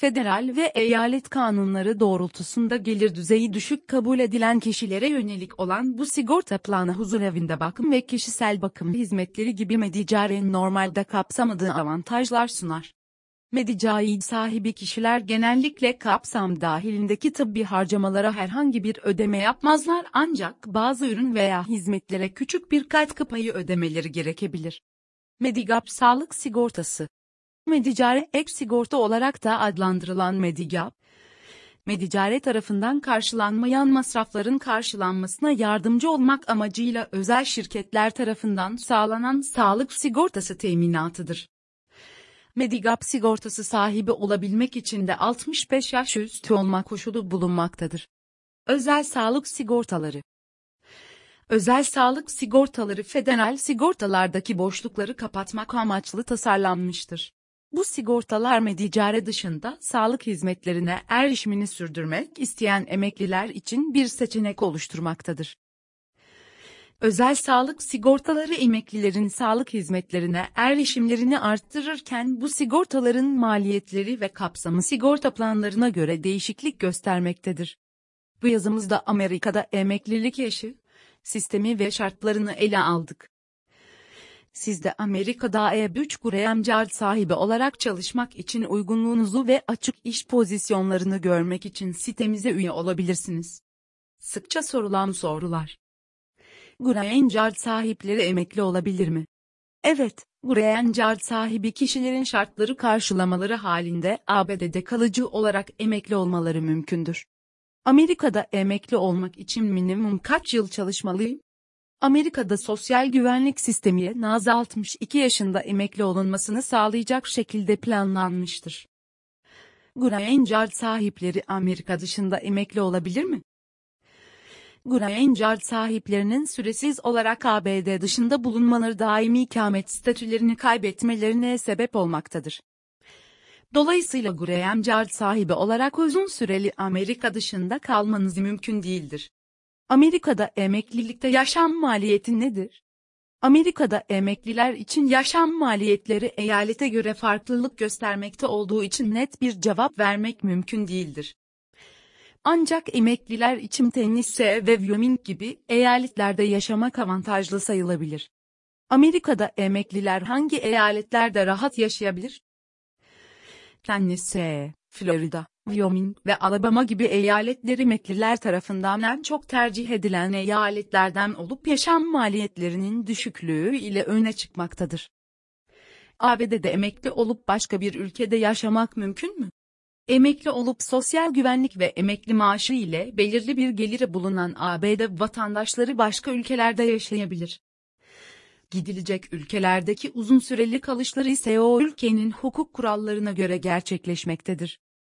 federal ve eyalet kanunları doğrultusunda gelir düzeyi düşük kabul edilen kişilere yönelik olan bu sigorta planı huzurevinde bakım ve kişisel bakım hizmetleri gibi Medicare'nin normalde kapsamadığı avantajlar sunar. Medicare sahibi kişiler genellikle kapsam dahilindeki tıbbi harcamalara herhangi bir ödeme yapmazlar ancak bazı ürün veya hizmetlere küçük bir katkı payı ödemeleri gerekebilir. Medigap sağlık sigortası. Medicare ek sigorta olarak da adlandırılan Medigap, Medicare tarafından karşılanmayan masrafların karşılanmasına yardımcı olmak amacıyla özel şirketler tarafından sağlanan sağlık sigortası teminatıdır. Medigap sigortası sahibi olabilmek için de 65 yaş üstü olma koşulu bulunmaktadır. Özel sağlık sigortaları. Özel sağlık sigortaları federal sigortalardaki boşlukları kapatmak amaçlı tasarlanmıştır. Bu sigortalar Medicare dışında sağlık hizmetlerine erişimini sürdürmek isteyen emekliler için bir seçenek oluşturmaktadır. Özel sağlık sigortaları emeklilerin sağlık hizmetlerine erişimlerini arttırırken bu sigortaların maliyetleri ve kapsamı sigorta planlarına göre değişiklik göstermektedir. Bu yazımızda Amerika'da emeklilik yaşı, sistemi ve şartlarını ele aldık. Siz de Amerika'da E3 Green Card sahibi olarak çalışmak için uygunluğunuzu ve açık iş pozisyonlarını görmek için sitemize üye olabilirsiniz. Sıkça sorulan sorular. Green Card sahipleri emekli olabilir mi? Evet, Green Card sahibi kişilerin şartları karşılamaları halinde ABD'de kalıcı olarak emekli olmaları mümkündür. Amerika'da emekli olmak için minimum kaç yıl çalışmalıyım? Amerika'da sosyal güvenlik sistemi NAZ 62 yaşında emekli olunmasını sağlayacak şekilde planlanmıştır. Green Card sahipleri Amerika dışında emekli olabilir mi? Green Card sahiplerinin süresiz olarak ABD dışında bulunmaları daimi ikamet statülerini kaybetmelerine sebep olmaktadır. Dolayısıyla Green Card sahibi olarak uzun süreli Amerika dışında kalmanız mümkün değildir. Amerika'da emeklilikte yaşam maliyeti nedir? Amerika'da emekliler için yaşam maliyetleri eyalete göre farklılık göstermekte olduğu için net bir cevap vermek mümkün değildir. Ancak emekliler için Tennessee ve Wyoming gibi eyaletlerde yaşamak avantajlı sayılabilir. Amerika'da emekliler hangi eyaletlerde rahat yaşayabilir? Tennessee, Florida, Wyoming ve Alabama gibi eyaletler emekliler tarafından en çok tercih edilen eyaletlerden olup yaşam maliyetlerinin düşüklüğü ile öne çıkmaktadır. ABD'de emekli olup başka bir ülkede yaşamak mümkün mü? Emekli olup sosyal güvenlik ve emekli maaşı ile belirli bir geliri bulunan ABD vatandaşları başka ülkelerde yaşayabilir. Gidilecek ülkelerdeki uzun süreli kalışları ise o ülkenin hukuk kurallarına göre gerçekleşmektedir.